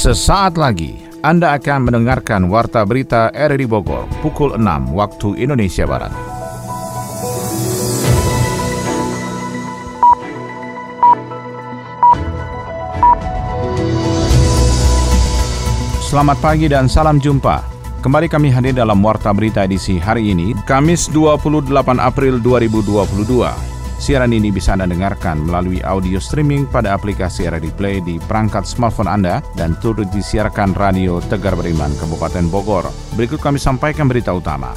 Sesaat lagi Anda akan mendengarkan Warta Berita RRI Bogor pukul 6 waktu Indonesia Barat. Selamat pagi dan salam jumpa. Kembali kami hadir dalam Warta Berita edisi hari ini, Kamis 28 April 2022. Siaran ini bisa Anda dengarkan melalui audio streaming pada aplikasi RRI Play di perangkat smartphone Anda dan turut disiarkan Radio Tegar Beriman Kabupaten Bogor. Berikut kami sampaikan berita utama.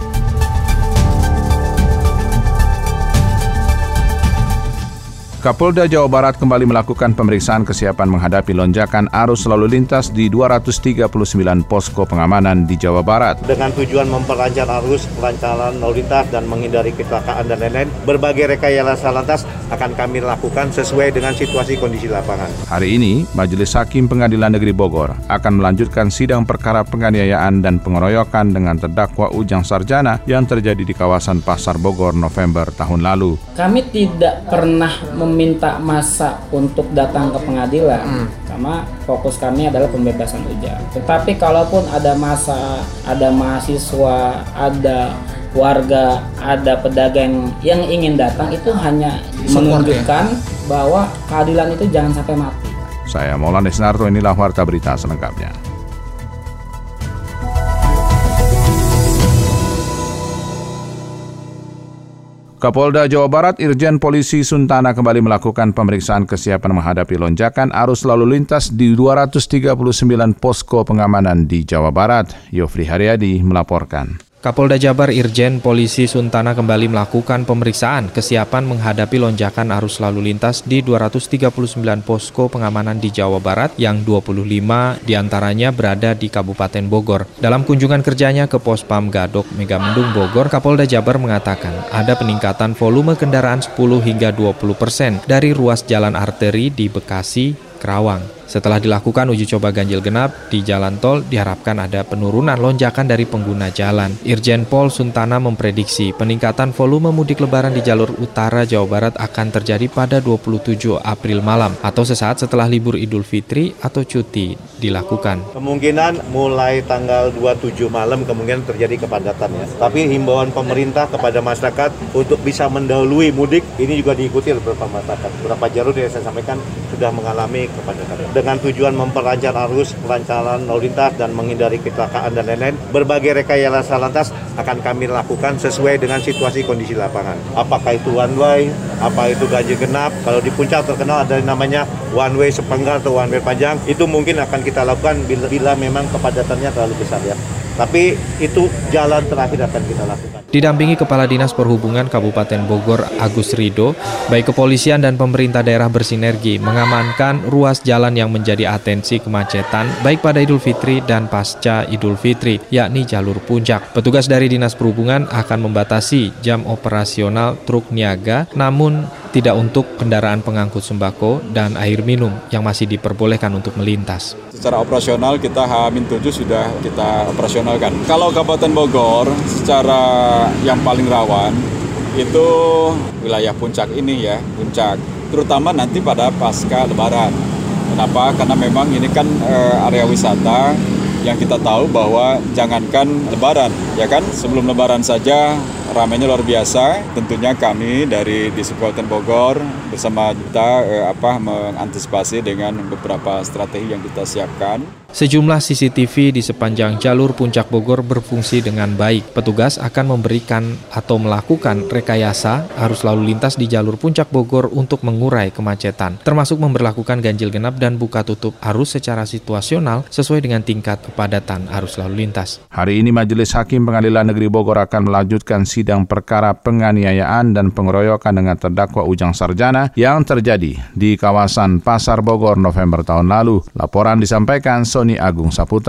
Kapolda Jawa Barat kembali melakukan pemeriksaan kesiapan menghadapi lonjakan arus lalu lintas di 239 posko pengamanan di Jawa Barat. Dengan tujuan memperlancar arus, pelancaran lalu lintas dan menghindari kecelakaan dan lain-lain, berbagai rekayasa lantas akan kami lakukan sesuai dengan situasi kondisi lapangan. Hari ini, Majelis Hakim Pengadilan Negeri Bogor akan melanjutkan sidang perkara penganiayaan dan pengeroyokan dengan terdakwa Ujang Sarjana yang terjadi di kawasan Pasar Bogor November tahun lalu. Kami tidak pernah meminta massa untuk datang ke pengadilan, karena fokus kami adalah pembebasan Ujang. Tetapi kalaupun ada massa, ada mahasiswa, ada warga, ada pedagang yang ingin datang, itu hanya menunjukkan bahwa keadilan itu jangan sampai mati. Saya Maulana Desnarto, inilah Warta Berita selengkapnya. Kapolda Jawa Barat Irjen Polisi Suntana kembali melakukan pemeriksaan kesiapan menghadapi lonjakan arus lalu lintas di 239 posko pengamanan di Jawa Barat. Yofri Haryadi melaporkan. Kapolda Jabar Irjen Polisi Suntana kembali melakukan pemeriksaan kesiapan menghadapi lonjakan arus lalu lintas di 239 posko pengamanan di Jawa Barat yang 25 diantaranya berada di Kabupaten Bogor. Dalam kunjungan kerjanya ke Pospam Gadok Megamendung Bogor, Kapolda Jabar mengatakan ada peningkatan volume kendaraan 10 hingga 20% dari ruas jalan arteri di Bekasi, Kerawang. Setelah dilakukan uji coba ganjil genap di jalan tol, diharapkan ada penurunan lonjakan dari pengguna jalan. Irjen Pol Suntana memprediksi peningkatan volume mudik lebaran di jalur utara Jawa Barat akan terjadi pada 27 April malam atau sesaat setelah libur Idul Fitri atau cuti dilakukan. Kemungkinan mulai tanggal 27 malam kemungkinan terjadi kepadatan ya. Tapi himbauan pemerintah kepada masyarakat untuk bisa mendahului mudik ini juga diikuti oleh beberapa masyarakat. Beberapa jalur yang saya sampaikan sudah mengalami kepadatan. Dengan tujuan memperlancar arus, pelancaran lalu lintas dan menghindari kecelakaan dan lain-lain, berbagai rekayasa lantas akan kami lakukan sesuai dengan situasi kondisi lapangan. Apakah itu one way, apa itu ganjil genap, kalau di puncak terkenal ada namanya one way sepenggal atau one way panjang, itu mungkin akan kita lakukan bila memang kepadatannya terlalu besar ya. Tapi itu jalan terakhir akan kita lakukan. Didampingi Kepala Dinas Perhubungan Kabupaten Bogor Agus Rido, baik kepolisian dan pemerintah daerah bersinergi mengamankan ruas jalan yang menjadi atensi kemacetan baik pada Idul Fitri dan pasca Idul Fitri, yakni jalur puncak. Petugas dari Dinas Perhubungan akan membatasi jam operasional truk niaga, namun tidak untuk kendaraan pengangkut sembako dan air minum yang masih diperbolehkan untuk melintas. Secara operasional kita H-7 sudah kita operasionalkan. Kalau Kabupaten Bogor secara yang paling rawan itu wilayah puncak ini ya, puncak. Terutama nanti pada pasca Lebaran. Kenapa? Karena memang ini kan area wisata yang kita tahu bahwa jangankan Lebaran, ya kan? Sebelum Lebaran saja ramainya luar biasa. Tentunya kami dari Disub-Kabupaten Bogor bersama kita mengantisipasi dengan beberapa strategi yang kita siapkan. Sejumlah CCTV di sepanjang jalur Puncak Bogor berfungsi dengan baik. Petugas akan memberikan atau melakukan rekayasa arus lalu lintas di jalur Puncak Bogor untuk mengurai kemacetan, termasuk memberlakukan ganjil genap dan buka tutup arus secara situasional sesuai dengan tingkat kepadatan arus lalu lintas. Hari ini Majelis Hakim Pengadilan Negeri Bogor akan melanjutkan sidang perkara penganiayaan dan pengeroyokan dengan terdakwa Ujang Sarjana yang terjadi di kawasan Pasar Bogor November tahun lalu. Laporan disampaikan Sony Agung Saputra.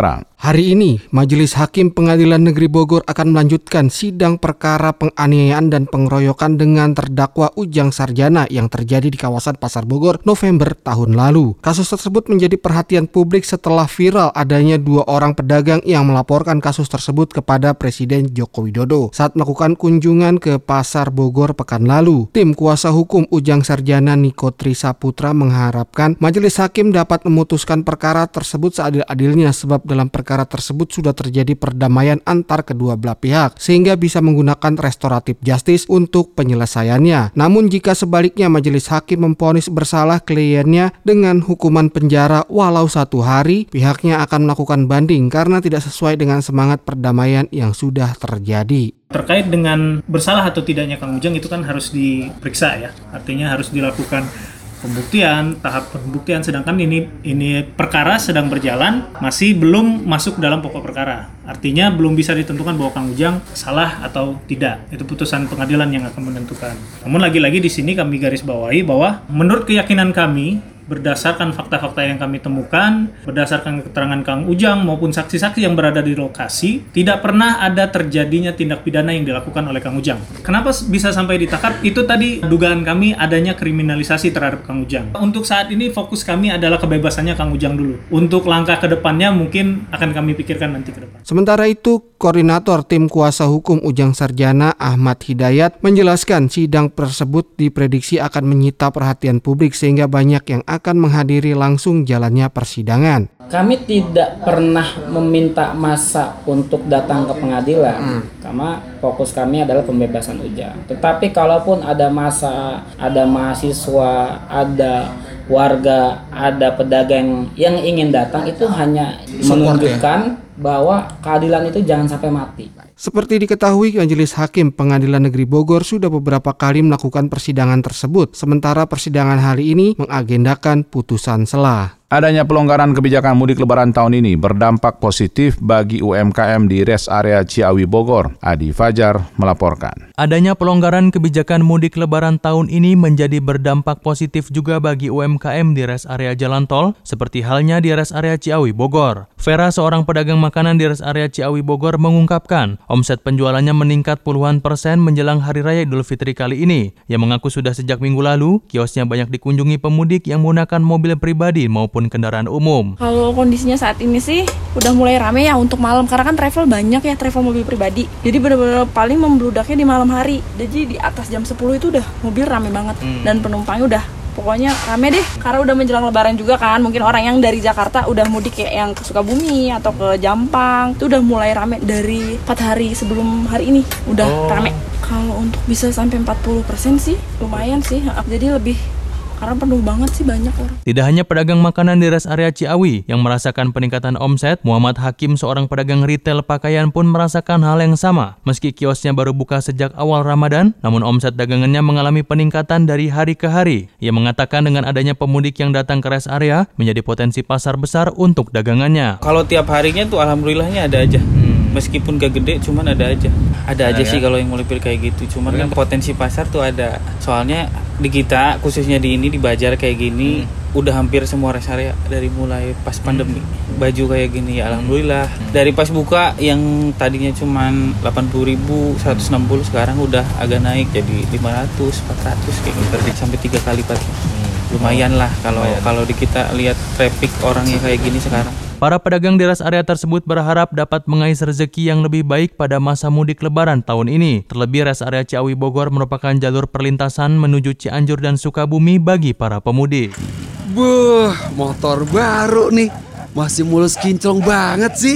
Hari ini, Majelis Hakim Pengadilan Negeri Bogor akan melanjutkan sidang perkara penganiayaan dan pengeroyokan dengan terdakwa Ujang Sarjana yang terjadi di kawasan Pasar Bogor November tahun lalu. Kasus tersebut menjadi perhatian publik setelah viral adanya 2 orang pedagang yang melaporkan kasus tersebut kepada Presiden Joko Widodo saat melakukan kunjungan ke Pasar Bogor pekan lalu. Tim kuasa hukum Ujang Sarjana Niko Trisaputra mengharapkan Majelis Hakim dapat memutuskan perkara tersebut seadil-adilnya sebab dalam perkara tersebut sudah terjadi perdamaian antar kedua belah pihak sehingga bisa menggunakan restoratif justice untuk penyelesaiannya. Namun jika sebaliknya Majelis Hakim memvonis bersalah kliennya dengan hukuman penjara walau 1 hari, pihaknya akan melakukan banding karena tidak sesuai dengan semangat perdamaian yang sudah terjadi. Terkait dengan bersalah atau tidaknya Kang Ujang itu kan harus diperiksa ya, artinya harus dilakukan pembuktian, tahap pembuktian, sedangkan ini perkara sedang berjalan, masih belum masuk dalam pokok perkara. Artinya belum bisa ditentukan bahwa Kang Ujang salah atau tidak. Itu putusan pengadilan yang akan menentukan. Namun lagi-lagi di sini kami garis bawahi bahwa menurut keyakinan kami, berdasarkan fakta-fakta yang kami temukan, berdasarkan keterangan Kang Ujang maupun saksi-saksi yang berada di lokasi, tidak pernah ada terjadinya tindak pidana yang dilakukan oleh Kang Ujang. Kenapa bisa sampai ditangkap? Itu tadi dugaan kami adanya kriminalisasi terhadap Kang Ujang. Untuk saat ini fokus kami adalah kebebasannya Kang Ujang dulu. Untuk langkah ke depannya mungkin akan kami pikirkan nanti ke depan. Sementara itu, Koordinator Tim Kuasa Hukum Ujang Sarjana Ahmad Hidayat menjelaskan sidang tersebut diprediksi akan menyita perhatian publik sehingga banyak yang akan menghadiri langsung jalannya persidangan. Kami tidak pernah meminta massa untuk datang ke pengadilan karena fokus kami adalah pembebasan Ujang. Tetapi kalaupun ada massa, ada mahasiswa, ada warga, ada pedagang yang ingin datang, itu hanya menunjukkan bahwa keadilan itu jangan sampai mati. Seperti diketahui, Majelis Hakim Pengadilan Negeri Bogor sudah beberapa kali melakukan persidangan tersebut, sementara persidangan hari ini mengagendakan putusan sela. Adanya pelonggaran kebijakan mudik lebaran tahun ini berdampak positif bagi UMKM di Rest Area Ciawi Bogor. Adi Fajar melaporkan. Adanya pelonggaran kebijakan mudik lebaran tahun ini menjadi berdampak positif juga bagi UMKM di Rest Area Jalan Tol, seperti halnya di Rest Area Ciawi Bogor. Vera, seorang pedagang makanan di Rest Area Ciawi Bogor, mengungkapkan omset penjualannya meningkat puluhan persen menjelang Hari Raya Idul Fitri kali ini. Ia mengaku sudah sejak minggu lalu, kiosnya banyak dikunjungi pemudik yang menggunakan mobil pribadi maupun kendaraan umum. Kalau kondisinya saat ini sih udah mulai rame ya untuk malam, karena kan travel banyak ya, travel mobil pribadi. Jadi benar-benar paling membludaknya di malam hari. Jadi di atas jam 10 itu udah mobil rame banget dan penumpangnya udah pokoknya rame deh, karena udah menjelang lebaran juga kan. Mungkin orang yang dari Jakarta udah mudik kayak yang ke Sukabumi atau ke Jampang, itu udah mulai rame dari 4 hari sebelum hari ini udah rame. Kalau untuk bisa sampai 40% sih lumayan sih, jadi lebih, karena penuh banget sih, banyak orang. Tidak hanya pedagang makanan di Rest Area Ciawi yang merasakan peningkatan omset, Muhammad Hakim, seorang pedagang retail pakaian, pun merasakan hal yang sama. Meski kiosnya baru buka sejak awal Ramadan, namun omset dagangannya mengalami peningkatan dari hari ke hari. Ia mengatakan dengan adanya pemudik yang datang ke Rest Area menjadi potensi pasar besar untuk dagangannya. Kalau tiap harinya tuh alhamdulillahnya ada aja. Meskipun gak gede, cuman ada aja. Ada aja sih kalau yang mulai kayak gitu. Cuman kan potensi pasar tuh ada. Soalnya di kita, khususnya di ini, di Bajar kayak gini, udah hampir semua rest area dari mulai pas pandemi. Baju kayak gini ya alhamdulillah. Dari pas buka yang tadinya cuman 80.000, 160, sekarang udah agak naik jadi 500, 400 kayak gitu. Sampai 3 kali lipat. Lumayan lah kalau di kita lihat traffic orangnya kayak gini sekarang. Para pedagang di rest area tersebut berharap dapat mengais rezeki yang lebih baik pada masa mudik lebaran tahun ini. Terlebih rest area Ciawi Bogor merupakan jalur perlintasan menuju Cianjur dan Sukabumi bagi para pemudik. Buh, motor baru nih. Masih mulus kinclong banget sih.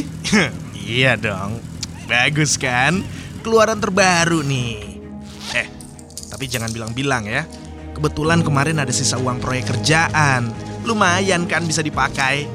Iya dong. Bagus kan? Keluaran terbaru nih. Tapi jangan bilang-bilang ya. Kebetulan kemarin ada sisa uang proyek kerjaan. Lumayan kan bisa dipakai.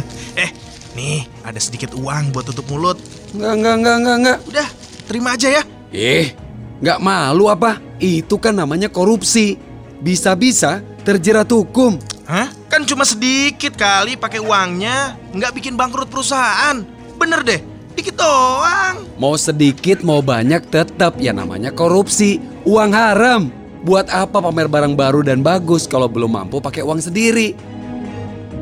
Nih, ada sedikit uang buat tutup mulut. Enggak. Udah, terima aja ya. Nggak malu apa? Itu kan namanya korupsi. Bisa-bisa terjerat hukum. Hah? Kan cuma sedikit kali pakai uangnya. Nggak bikin bangkrut perusahaan. Bener deh, dikit doang. Mau sedikit, mau banyak, tetap ya namanya korupsi. Uang haram. Buat apa pamer barang baru dan bagus kalau belum mampu pakai uang sendiri?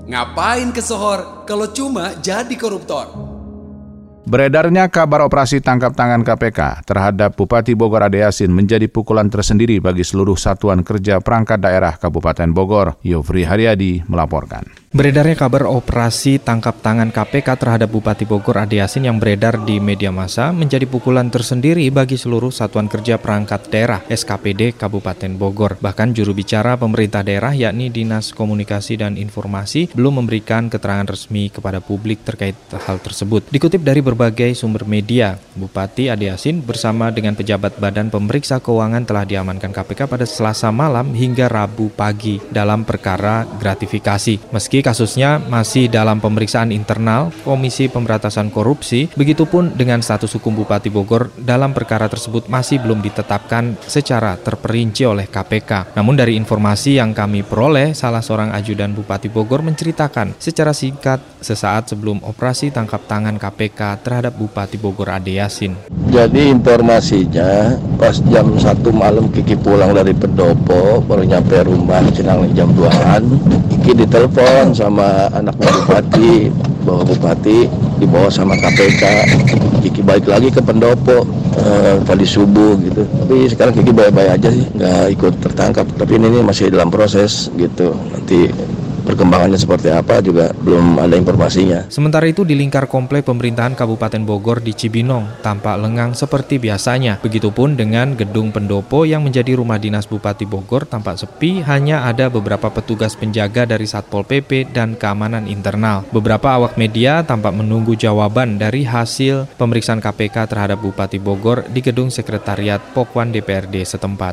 Ngapain ke Sohor kalau cuma jadi koruptor? Beredarnya kabar operasi tangkap tangan KPK terhadap Bupati Bogor Ade Yasin menjadi pukulan tersendiri bagi seluruh satuan kerja perangkat daerah Kabupaten Bogor. Yofri Haryadi melaporkan. Beredarnya kabar operasi tangkap tangan KPK terhadap Bupati Bogor Ade Yasin yang beredar di media massa menjadi pukulan tersendiri bagi seluruh satuan kerja perangkat daerah SKPD Kabupaten Bogor. Bahkan juru bicara pemerintah daerah yakni Dinas Komunikasi dan Informasi belum memberikan keterangan resmi kepada publik terkait hal tersebut. Dikutip dari berbagai sumber media, Bupati Ade Yasin bersama dengan pejabat Badan Pemeriksa Keuangan telah diamankan KPK pada Selasa malam hingga Rabu pagi dalam perkara gratifikasi. Meski kasusnya masih dalam pemeriksaan internal Komisi Pemberantasan Korupsi, begitupun dengan status hukum Bupati Bogor dalam perkara tersebut masih belum ditetapkan secara terperinci oleh KPK. Namun dari informasi yang kami peroleh, salah seorang ajudan Bupati Bogor menceritakan secara singkat sesaat sebelum operasi tangkap tangan KPK terhadap Bupati Bogor Ade Yasin. Jadi informasinya pas jam 1 malam Kiki pulang dari Pendopo, baru nyampe rumah Cinang jam 2-an. Kiki ditelepon sama anaknya Bupati, bahwa Bupati dibawa sama KPK. Kiki balik lagi ke Pendopo tadi subuh gitu. Tapi sekarang Kiki baik-baik aja sih, nggak ikut tertangkap. Tapi ini masih dalam proses gitu. Nanti perkembangannya seperti apa juga belum ada informasinya. Sementara itu di lingkar komplek pemerintahan Kabupaten Bogor di Cibinong tampak lengang seperti biasanya. Begitupun dengan gedung pendopo yang menjadi rumah dinas Bupati Bogor tampak sepi, hanya ada beberapa petugas penjaga dari Satpol PP dan keamanan internal. Beberapa awak media tampak menunggu jawaban dari hasil pemeriksaan KPK terhadap Bupati Bogor di gedung sekretariat Pokwan DPRD setempat.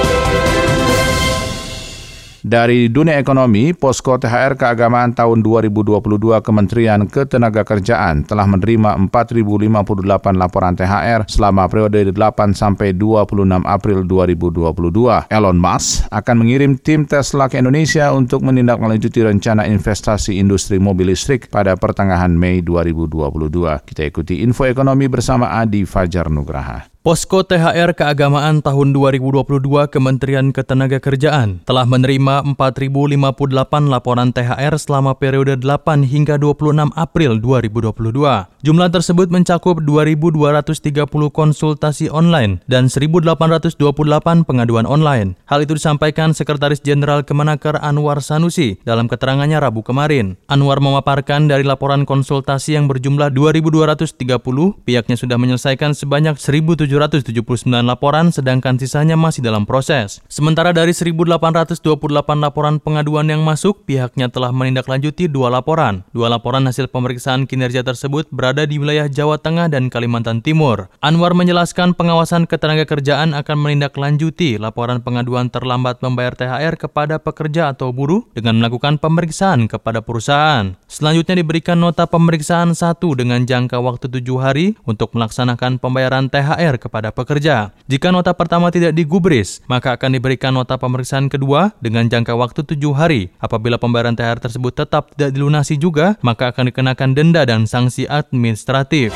Dari dunia ekonomi, Posko THR Keagamaan tahun 2022 Kementerian Ketenagakerjaan telah menerima 4.058 laporan THR selama periode 8 sampai 26 April 2022. Elon Musk akan mengirim tim Tesla ke Indonesia untuk menindaklanjuti rencana investasi industri mobil listrik pada pertengahan Mei 2022. Kita ikuti info ekonomi bersama Adi Fajar Nugraha. Posko THR Keagamaan tahun 2022 Kementerian Ketenagakerjaan telah menerima 4.058 laporan THR selama periode 8 hingga 26 April 2022. Jumlah tersebut mencakup 2.230 konsultasi online dan 1.828 pengaduan online. Hal itu disampaikan Sekretaris Jenderal Kemenaker Anwar Sanusi dalam keterangannya Rabu kemarin. Anwar memaparkan dari laporan konsultasi yang berjumlah 2.230, pihaknya sudah menyelesaikan sebanyak 1.779 laporan, sedangkan sisanya masih dalam proses. Sementara dari 1.828 laporan pengaduan yang masuk, pihaknya telah menindaklanjuti 2 laporan. 2 laporan hasil pemeriksaan kinerja tersebut berada di wilayah Jawa Tengah dan Kalimantan Timur. Anwar menjelaskan pengawasan ketenagakerjaan akan menindaklanjuti laporan pengaduan terlambat membayar THR kepada pekerja atau buruh dengan melakukan pemeriksaan kepada perusahaan. Selanjutnya diberikan nota pemeriksaan 1 dengan jangka waktu 7 hari untuk melaksanakan pembayaran THR kepada pekerja. Jika nota pertama tidak digubris, maka akan diberikan nota pemeriksaan kedua dengan jangka waktu 7 hari. Apabila pembayaran THR tersebut tetap tidak dilunasi juga, maka akan dikenakan denda dan sanksi administratif.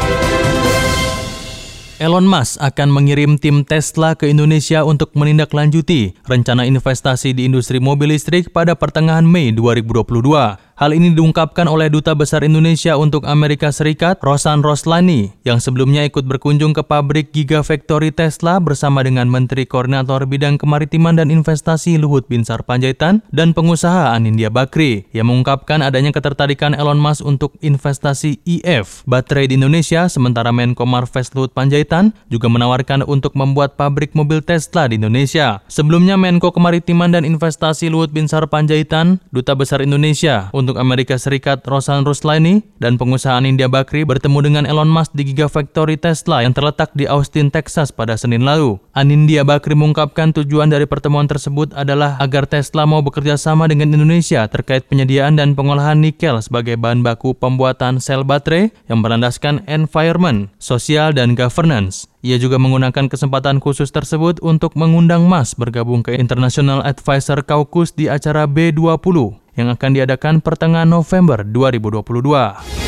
Elon Musk akan mengirim tim Tesla ke Indonesia untuk menindaklanjuti rencana investasi di industri mobil listrik pada pertengahan Mei 2022. Hal ini diungkapkan oleh Duta Besar Indonesia untuk Amerika Serikat, Rosan Roslani, yang sebelumnya ikut berkunjung ke pabrik Gigafactory Tesla bersama dengan Menteri Koordinator Bidang Kemaritiman dan Investasi Luhut Binsar Panjaitan dan pengusaha Anindya Bakri, yang mengungkapkan adanya ketertarikan Elon Musk untuk investasi EV baterai di Indonesia, sementara Menko Marves Luhut Panjaitan juga menawarkan untuk membuat pabrik mobil Tesla di Indonesia. Sebelumnya Menko Kemaritiman dan Investasi Luhut Binsar Panjaitan, Duta Besar Indonesia untuk Amerika Serikat Rosan Roslani dan pengusaha Anindya Bakri bertemu dengan Elon Musk di Gigafactory Tesla yang terletak di Austin, Texas pada Senin lalu. Anindya Bakri mengungkapkan tujuan dari pertemuan tersebut adalah agar Tesla mau bekerja sama dengan Indonesia terkait penyediaan dan pengolahan nikel sebagai bahan baku pembuatan sel baterai yang berlandaskan environment, sosial, dan governance. Ia juga menggunakan kesempatan khusus tersebut untuk mengundang Musk bergabung ke International Advisor Caucus di acara B20 yang akan diadakan pertengahan November 2022.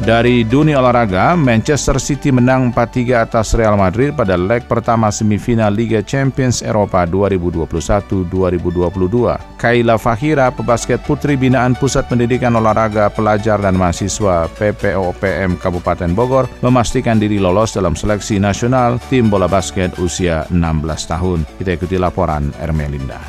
Dari dunia olahraga, Manchester City menang 4-3 atas Real Madrid pada leg pertama semifinal Liga Champions Eropa 2021-2022. Kayla Fahira, pebasket putri binaan Pusat Pendidikan Olahraga Pelajar dan Mahasiswa PPOPM Kabupaten Bogor, memastikan diri lolos dalam seleksi nasional tim bola basket usia 16 tahun. Kita ikuti laporan Ermelinda.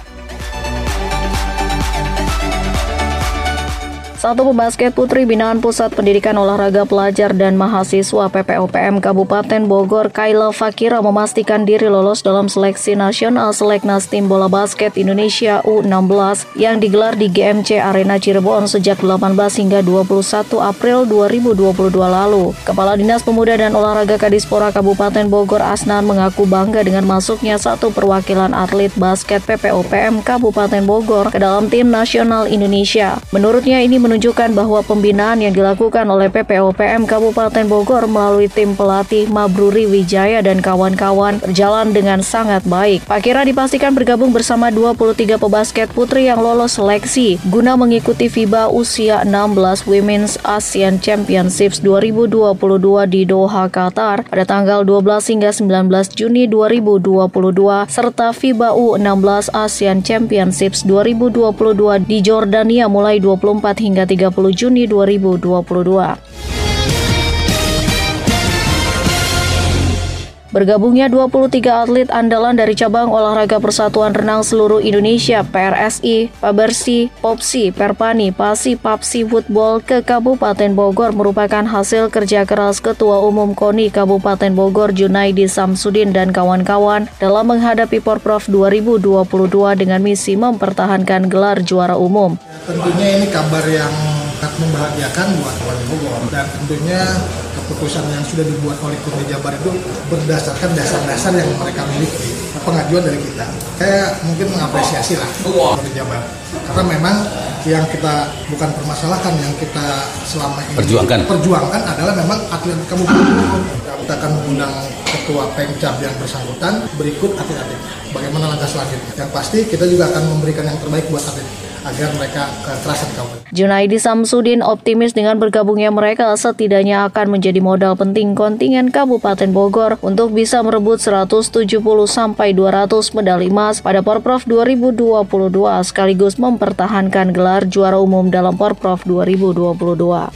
Satu pebasket putri binaan Pusat Pendidikan Olahraga Pelajar dan Mahasiswa PPOPM Kabupaten Bogor, Kayla Fahira, memastikan diri lolos dalam seleksi nasional Seleknas Tim Bola Basket Indonesia U16 yang digelar di GMC Arena Cirebon sejak 18 hingga 21 April 2022 lalu. Kepala Dinas Pemuda dan Olahraga Kadispora Kabupaten Bogor, Asnan, mengaku bangga dengan masuknya satu perwakilan atlet basket PPOPM Kabupaten Bogor ke dalam tim nasional Indonesia. Menurutnya ini menunjukkan bahwa pembinaan yang dilakukan oleh PPOPM Kabupaten Bogor melalui tim pelatih Mabruri Wijaya dan kawan-kawan berjalan dengan sangat baik. Fahira dipastikan bergabung bersama 23 pebasket putri yang lolos seleksi guna mengikuti FIBA usia 16 Women's Asian Championships 2022 di Doha, Qatar pada tanggal 12 hingga 19 Juni 2022 serta FIBA U16 Asian Championships 2022 di Jordania mulai 24 hingga 30 Juni 2022. Bergabungnya 23 atlet andalan dari cabang olahraga Persatuan Renang Seluruh Indonesia PRSI, Pabersi, Popsi, Perpani, Pasi, Papsi Football ke Kabupaten Bogor merupakan hasil kerja keras Ketua Umum KONI Kabupaten Bogor Junaidi Samsudin dan kawan-kawan dalam menghadapi Porprov 2022 dengan misi mempertahankan gelar juara umum. Tentunya ini kabar yang sangat membahagiakan buat Kabupaten Bogor, dan tentunya keputusan yang sudah dibuat oleh KONI Jabar itu berdasarkan dasar-dasar yang mereka miliki, pengajuan dari kita. Saya mungkin mengapresiasi lah KONI Jabar, karena memang yang kita bukan permasalahkan, yang kita selama ini perjuangkan adalah memang atlet Kabupaten Bogor. Kita akan mengundang Ketua Pemcab yang bersangkutan berikut atlet-atlet. Bagaimana langkah selanjutnya? Yang pasti kita juga akan memberikan yang terbaik buat atlet agar mereka kekerasan kabupaten. Junaidi Samsudin optimis dengan bergabungnya mereka setidaknya akan menjadi modal penting kontingen Kabupaten Bogor untuk bisa merebut 170-200 medali emas pada Porprov 2022 sekaligus mempertahankan gelar juara umum dalam Porprov 2022.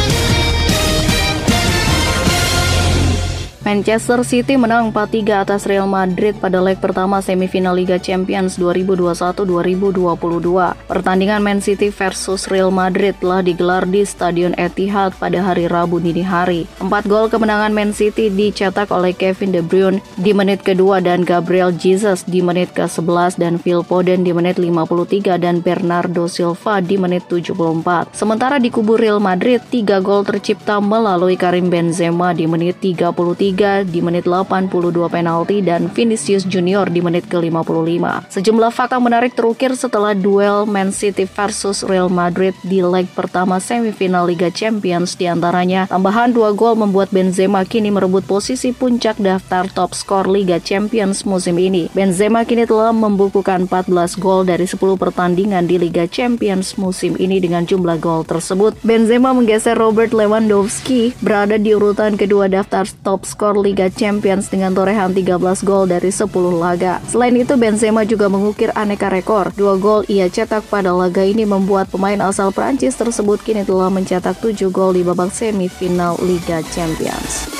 Manchester City menang 4-3 atas Real Madrid pada leg pertama semifinal Liga Champions 2021-2022. Pertandingan Man City versus Real Madrid telah digelar di Stadion Etihad pada hari Rabu dini hari. 4 gol kemenangan Man City dicetak oleh Kevin De Bruyne di menit kedua dan Gabriel Jesus di menit ke-11 dan Phil Foden di menit 53 dan Bernardo Silva di menit 74. Sementara di kubu Real Madrid, 3 gol tercipta melalui Karim Benzema di menit 33, di menit 82 penalti, dan Vinicius Junior di menit ke-55. Sejumlah fakta menarik terukir setelah duel Man City versus Real Madrid di leg pertama semifinal Liga Champions, diantaranya tambahan 2 gol membuat Benzema kini merebut posisi puncak daftar top skor Liga Champions musim ini. Benzema kini telah membukukan 14 gol dari 10 pertandingan di Liga Champions musim ini. Dengan jumlah gol tersebut, Benzema menggeser Robert Lewandowski berada di urutan kedua daftar top skor Liga Champions dengan torehan 13 gol dari 10 laga. Selain itu, Benzema juga mengukir aneka rekor. 2 gol ia cetak pada laga ini membuat pemain asal Prancis tersebut kini telah mencetak 7 gol di babak semifinal Liga Champions.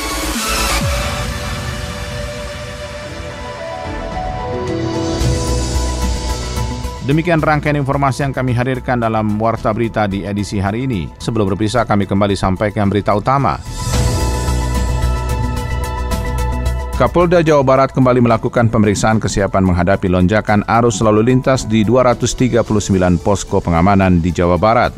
Demikian rangkaian informasi yang kami hadirkan dalam Warta Berita di edisi hari ini. Sebelum berpisah, kami kembali sampaikan berita utama. Kapolda Jawa Barat kembali melakukan pemeriksaan kesiapan menghadapi lonjakan arus lalu lintas di 239 posko pengamanan di Jawa Barat.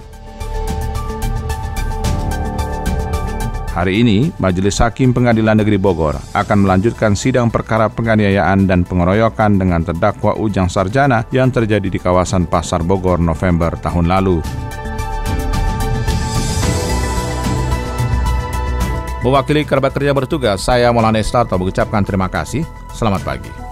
Hari ini, Majelis Hakim Pengadilan Negeri Bogor akan melanjutkan sidang perkara penganiayaan dan pengeroyokan dengan terdakwa Ujang Sarjana yang terjadi di kawasan Pasar Bogor November tahun lalu. Mewakili kerabat kerja bertugas, saya Maulana Estarto mengucapkan terima kasih. Selamat pagi.